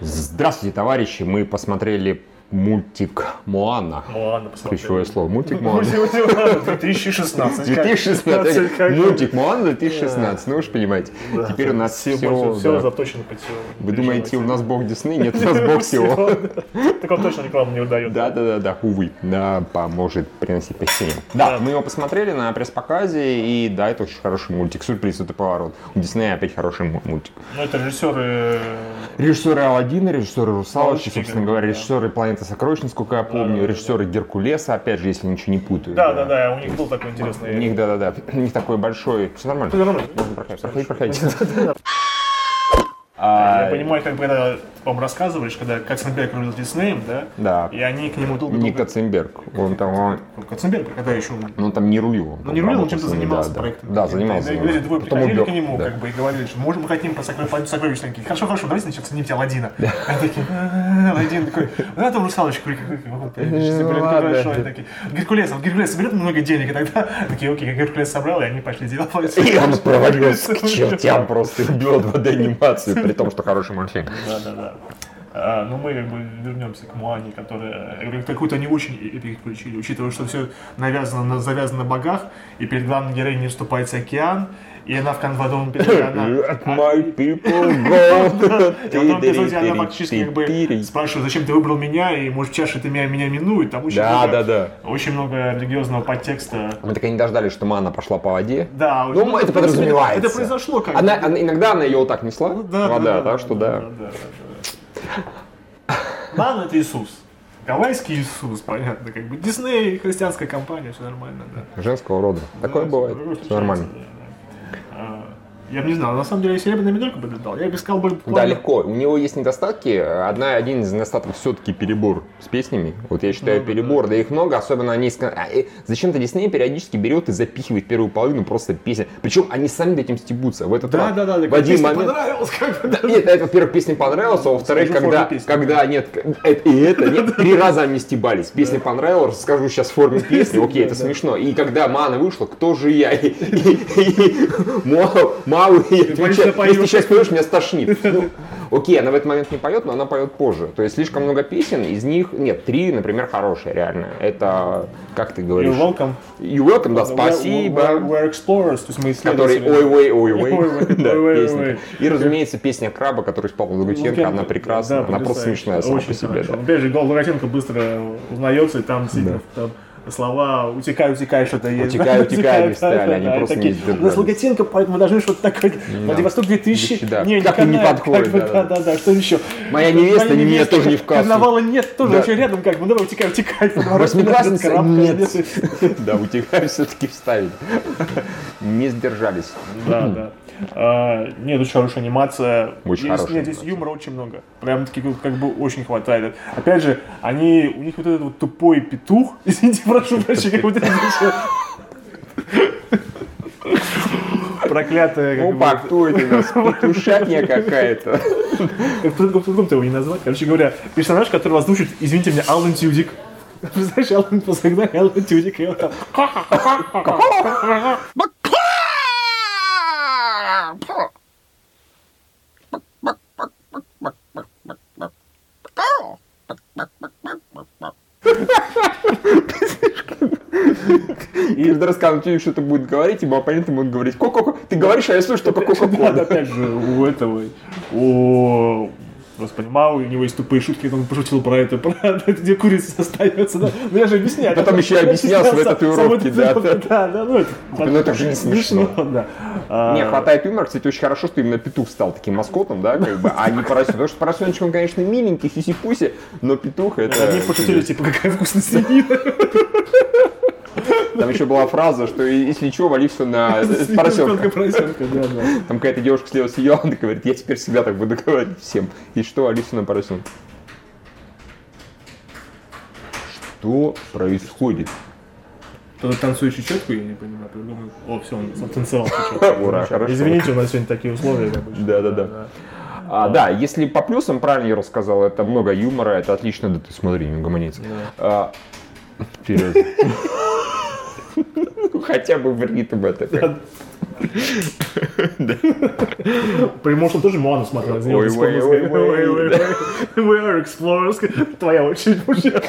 Здравствуйте, товарищи! Мы посмотрели мультик «Моана». Моана посмотрели. Ключевое слово. Мультик «Моана». 2016. 2016. Мультик «Моана» 2016. Ну, вы же понимаете. Теперь у нас все заточено под SEO. Вы думаете, у нас бог Дисней? Нет, у нас бог SEO. Так он точно рекламу не удает. Да, увы. Да, поможет приносить посещение. Да, мы его посмотрели на пресс-показе, и да, это очень хороший мультик. Сюрприз, это поворот. У Диснея опять хороший мультик. Ну, это режиссеры... Режиссеры «Аладдина», режиссеры «Русалочки», собственно говоря, режиссеры «Планеты сокровищ», насколько я помню, режиссеры «Геркулеса», опять же, если ничего не путаю. Да, у них был такой интересный... У них, у них такой большой... Все нормально? Можно проходить. Я понимаю, как когда, по-моему, рассказываешь, когда Катценберг руководил Диснеем, да? Да. И они к нему долго... Не Катценберг. Катценберг, когда еще... Ну, он там не рулил. Ну, не рулил, он чем-то занимался проектом. Да, занимался. И люди двое приходили к нему, как бы, и говорили, что мы хотим по сокровищам. Хорошо, давайте сначала цените Аладдина. Они такие, Аладдин такой, ну, там русалочку. Геркулес соберет много денег, и тогда такие, окей, Геркулес собрал, и они пошли делать. И он провалился к чертям просто, убил 2D-анимацию, при том, что хороший мультфильм. Да. Но мы как бы вернемся к Моане, которая какую-то не очень эпик включили, учитывая, что все завязано на богах, и перед главной героиней расступается океан, и она в водовом периоде, Let my people go. И в одном эпизоде она фактически как бы спрашивает, зачем ты выбрал меня, и может чаша ты меня минует, там очень много религиозного подтекста. Мы так и не дождались, что Моана пошла по воде. Да, ну это подразумевается. Это произошло как иногда она ее вот так несла, вода, так что да. Моана — это Иисус. Гавайский Иисус, понятно, как бы Дисней, христианская компания, все нормально, да. Женского рода. Такое бывает, все нормально. Я бы не знал, на самом деле я серебряная медалька бы дал, я бы сказал бы... Да, легко. У него есть недостатки. Один из недостатков все-таки перебор с песнями. Вот я считаю перебор, да их много, особенно они... Зачем-то Дисней периодически берет и запихивает первую половину просто песен. Причем они сами эть этим стебутся. В этот раз. Да, в один момент... понравилось, как бы. Нет, это, во-первых, песня понравилась, а во-вторых, когда нет, нет, 3 раза они стебались. Песня понравилась, скажу сейчас в форме песни, окей, это смешно. И когда Моана вышла, кто же я? Если сейчас поешь, меня стошнит. Окей, она в этот момент не поет, но она поет позже. То есть слишком много песен, из них, 3, например, хорошие, реально. Это, как ты говоришь? You're welcome, да, спасибо. We're explorers, то есть мы исследователи. Который ой, песня. И, разумеется, песня Краба, которую спел Лагутенко, она прекрасна, она просто смешная сама по себе. Опять же, Лагутенко быстро узнается, и там слова «утекай», что-то есть. «Утекай» встали, они просто не сдержались. У нас Лагутенко, поэтому мы должны что-то такое. Владивосток 2000, как не подходит. Да, что еще? Моя невеста, меня тоже не в кассу. Карнавала нет, тоже вообще рядом, как бы, давай «утекай». Восьмиклассница нет. Да, «утекай» все-таки вставить. Не сдержались. Да. Нет, очень хорошая анимация. Очень хорошая. Здесь юмора очень много. Прям таки как бы очень хватает. Опять же, у них вот этот вот тупой петух. Извините, прошу прощения, как вот это проклятая. Опа, кто это у нас? Петушатня какая-то. Как-то его не назвать. Короче говоря, персонаж, который озвучит, извините меня, Алан Тюдик. Знаешь, Алан Тюдик, и он там... И каждый раз, когда Тюдик что-то будет говорить, ему оппоненты будут говорить «ко-ко-ко». Ты говоришь, а я слышу только «ко-ко-ко». Опять же, у этого... Господи, Мау, у него есть тупые шутки, он пошутил про это, где курица остается, да? Ну я же объясняю. Потом еще и объяснял свои татуировки, да. Да, ну это же не смешно. Да. Не, хватает юмора, кстати, очень хорошо, что именно петух стал таким маскотом, да, как бы, а не поросенок. Потому что поросеночек, он, конечно, миленький, сиси-пуси, но петух это... Они пошутили, типа, какая вкусная свинина. Там еще была фраза, что если что, вали все на поросенка. Там какая-то девушка слева съела, она говорит, я теперь всегда так буду говорить всем. И что, вали все на поросенка. Что происходит? Кто-то танцует четко, я не понимаю, думаю, все, он танцевал. Ура, хорошо. Извините, у нас сегодня такие условия. Да. Да, если по плюсам, правильно я рассказал, это много юмора, это отлично, да ты смотри, не угомонится. Вперед. Хотя бы в ритм это. Может, он тоже Моану смотрел. Ой, ой, ой, ой. We are explorers. Твоя очередь, мужчина.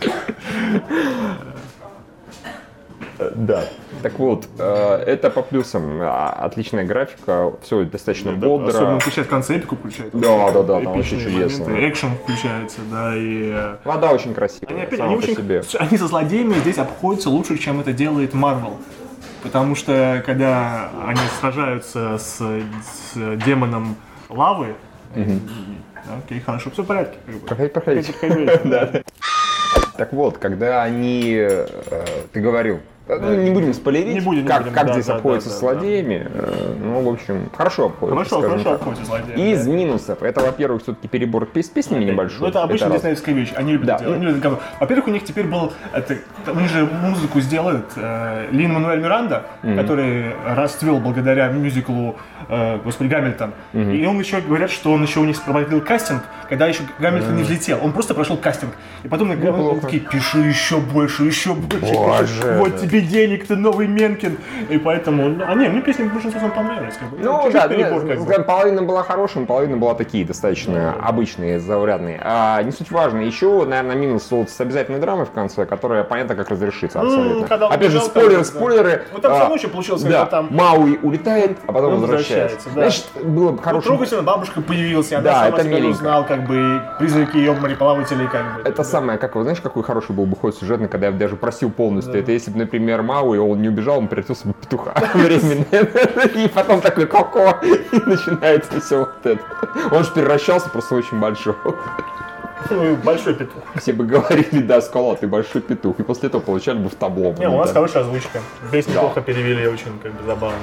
Да. Так вот, это по плюсам. Отличная графика, все достаточно бодро. Особенно включает в конце эпику включает. Да, там очень чудесно. Экшен включается, да, и... Вода очень красивая, сама по себе. Они со злодеями здесь обходятся лучше, чем это делает Marvel. Потому что, когда они сражаются с демоном лавы, окей, хорошо, все в порядке. Проходите. Да. Так вот, когда они, ты говорил, не будем спойлерить, как здесь обходятся с злодеями. Ну, в общем, хорошо обходятся. Хорошо обходятся злодеями. Из минусов, это, во-первых, все-таки перебор с песнями небольшой. Ну, это обычно диснеевская вещь, они любят делать. Во-первых, у них теперь был, они же музыку сделают, Лин-Мануэль Миранда, который расцвел благодаря мюзиклу, господи, Гамильтон. И он еще, говорят, что он еще у них проводил кастинг, когда еще Гамильтон не взлетел. Он просто прошел кастинг. И потом такие, пиши еще больше. Вот тебе денег, ты новый Менкин. И поэтому, мне песни большинство понравились. Ну да, половина была хорошим, половина была такие достаточно обычные, заурядные. Не суть важно, еще, наверное, минус с обязательной драмой в конце, которая понятно как разрешится абсолютно. Опять же, спойлеры. Вот там все ночью получилось, когда там... Мауи улетает, а потом возвращается. Значит, было хорошее... Трогательно, бабушка появилась, и она сама себя узнала, как бы, призраки ее мореплавателей, как бы. Это самое, как вы знаешь, какой хороший был бы ход сюжетный, когда я даже просил полностью. Это если бы, например, Мауи, он не убежал, он превратился в петуха временно. И потом такой ко-ко, и начинается все вот это. Он же превращался просто очень большой. Большой петух. Все бы говорили, да, Скала, ты большой петух. И после этого получали бы в табло. Не, у нас хорошая озвучка. Песню плохо перевели, очень как бы забавно.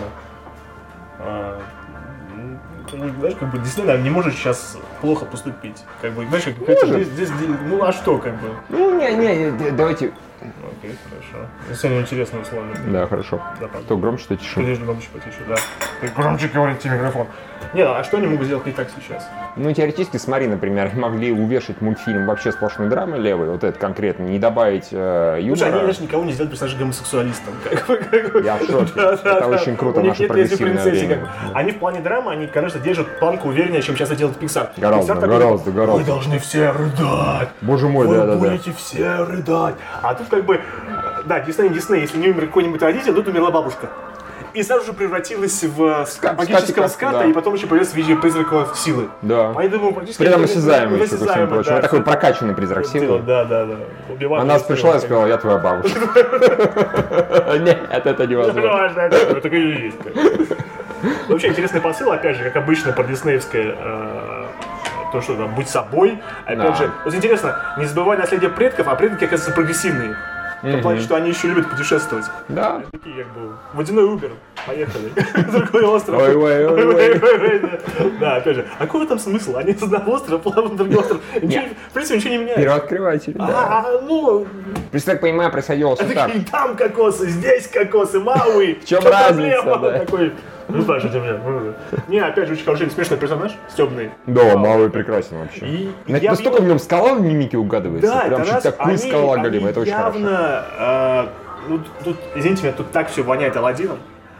Знаешь, как бы Дисней, наверное, не может сейчас плохо поступить. Как бы, знаешь, здесь, ну а что, как бы? Ну, давайте. Окей, хорошо. Сегодня интересные условия. Да, хорошо. То громче, то тише. Конечно, громче, потише, да. Громче говорите микрофон. Нет, а что они могут сделать не так сейчас? Ну, теоретически, смотри, например, могли увешать мультфильм вообще сплошной драмы левой, вот это конкретно, не добавить юмора. Слушай, они даже никого не сделали персонажа гомосексуалистом. Я в шоке. Это очень круто, наше прогрессивное время. Они в плане драмы, они, конечно, держат планку увереннее, чем сейчас это делает Pixar. Гораздо. Вы должны все рыдать. Боже мой, да. Вы будете все рыдать. А тут как бы, да, Дисней, если не умер какой-нибудь родитель, тут умерла бабушка. И сразу же превратилась в магического ската, да. И потом еще появился в виде призрака силы. Да. Поэтому практически... Прям осязаемый, еще ко всему прочему. Вот такой прокачанный призрак силы. Да. Она пришла и сказала, я твоя бабушка. Нет, это невозможно. Это и есть. Вообще интересный посыл, опять же, как обычно, про диснеевское... То, что там, будь собой. Опять же, вот интересно, не забывай наследие предков, а предки, оказывается, прогрессивные. В том плане, что они еще любят путешествовать. Да. Они такие, как бы, водяной Убер. Поехали. Другой остров. Ой. Да, опять же, а какой там смысл? Они с одного острова плавают на другой остров. В принципе, ничего не меняется. Первооткрыватели, да. Представь, понимаю, происходило все так. Там кокосы, здесь кокосы, Мауи. В чем разница, да? Такой... Ну, слушайте меня. Не, опять же, очень хороший, смешной персонаж, стебный. Да, Мауи прекрасен вообще. Настолько в нем Скала в мимике угадывается. Да, прям чуть такой Скала голим, это очень хорошо. Явно, тут, извините меня, тут так все воняет Аладдином.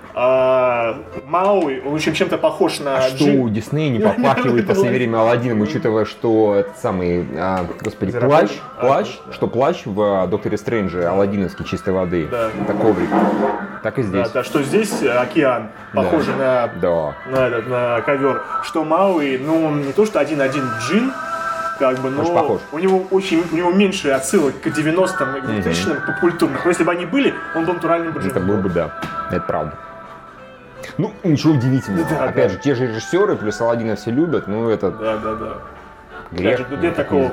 Мауи, он очень чем-то похож на что у Диснея не попахивает в последнее время Аладдином, учитывая, что этот самый, господи, плащ в Докторе Стрэнджи Аладдиновский чистой воды. Да. Это коврик. Так и здесь. Да, что здесь океан, похожий на ковер. Что Мауи, ну, не то что один-один джин, как бы, но у него меньше отсылок к 90-м и к 2000-м попкультурным. Но если бы они были, он был натуральным джином. Это был бы, да, это правда. Ну, ничего удивительного. Да, опять же, те же режиссеры, плюс Аладдина все любят, ну это... Да. Грех. Опять же, нет такого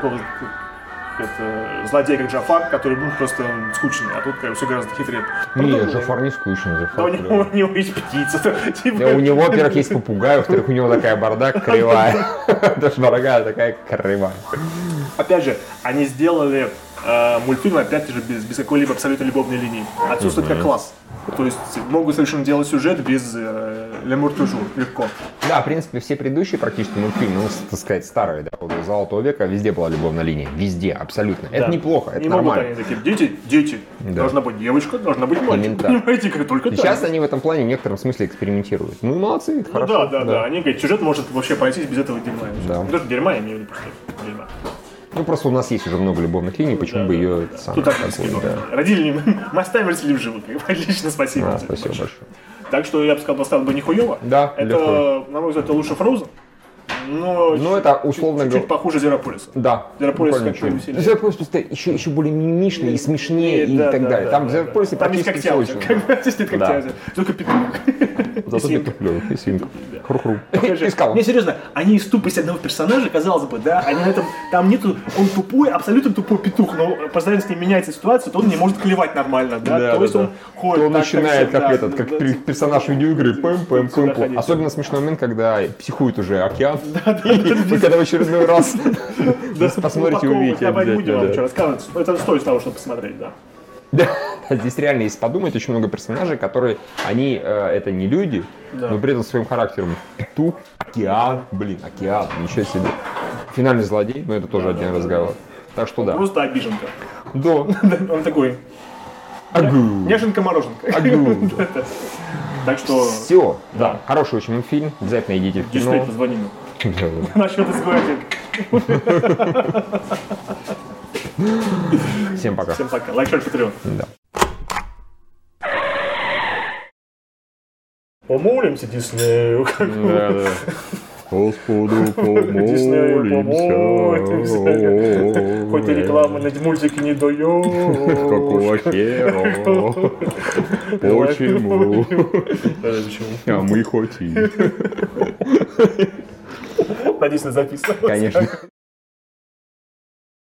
злодея, как Джафар, который был просто скучный, а тут как бы все гораздо хитрее. Нет, Джафар не скучный. Да, у него есть птица. У него, во-первых, есть попугай, во-вторых, у него такая борода кривая. Даже борода такая кривая. Опять же, они сделали мультфильм, опять же, без какой-либо абсолютно любовной линии. Отсутствует как класс. То есть могут совершенно делать сюжет без l'amour toujours, легко. Да, в принципе, все предыдущие практически мультфильмы, ну, так сказать, старые, да, вот у Золотого века везде была любовная линия. Везде, абсолютно. Это неплохо, это не нормально. Могут они такие, дети, должна быть девочка, должна быть мальчик. Понимаете, как только так. Сейчас они в этом плане в некотором смысле экспериментируют. Ну, молодцы, это хорошо. Да. Они говорят, сюжет может вообще пройтись без этого дерьма. Да. Даже дерьма, я имею в виду просто дерьма. Ну, просто у нас есть уже много любовных линий, почему бы ее... Тут так родили, мы оставили в живых. Отлично, спасибо. Спасибо большое. Так что я бы сказал, поставил бы нихуево. Да, это, на мой взгляд, это лучше Frozen. Но это условно чуть похуже Зверополиса. Да. Зверополис как-то веселее. Зверополис просто еще более мимишный и смешнее и так далее. Там в Зверополисе практически все очень. Здесь нет когтя, только петух. Зато петух клёвый, и свинка. Хру-хру. Не, серьезно, они из тупости одного персонажа, казалось бы, да, они на этом, там нету, он тупой, абсолютно тупой петух, но по сравнению с ним меняется ситуация, то он не может клевать нормально, да, то есть он ходит. Он начинает как персонаж видеоигры, пэм. Особенно смешной момент, когда психует уже океан. Вы когда в очередной раз посмотрите, увидите. Я не буду вам что рассказывать, это стоит того, чтобы посмотреть, да. Да, здесь реально, если подумать, очень много персонажей, которые, они, это не люди, но при этом своим характером петух, океан, океан, ничего себе. Финальный злодей, но это тоже один разговор. Так что да. Просто обиженка. Да. Он такой. Неженка-мороженка. Так что... Все, да. Хороший очень мультфильм, обязательно идите в кино. Дисней, позвони мне. Насчет изгоя. Всем пока. Всем пока. Лайк, шер, Patreon. Да. Помолимся Диснею. Да. Господу помолимся. Хоть и рекламы на мультики не дает. Какого хера? Почему? А мы хотим. Надеюсь, на записано. Конечно.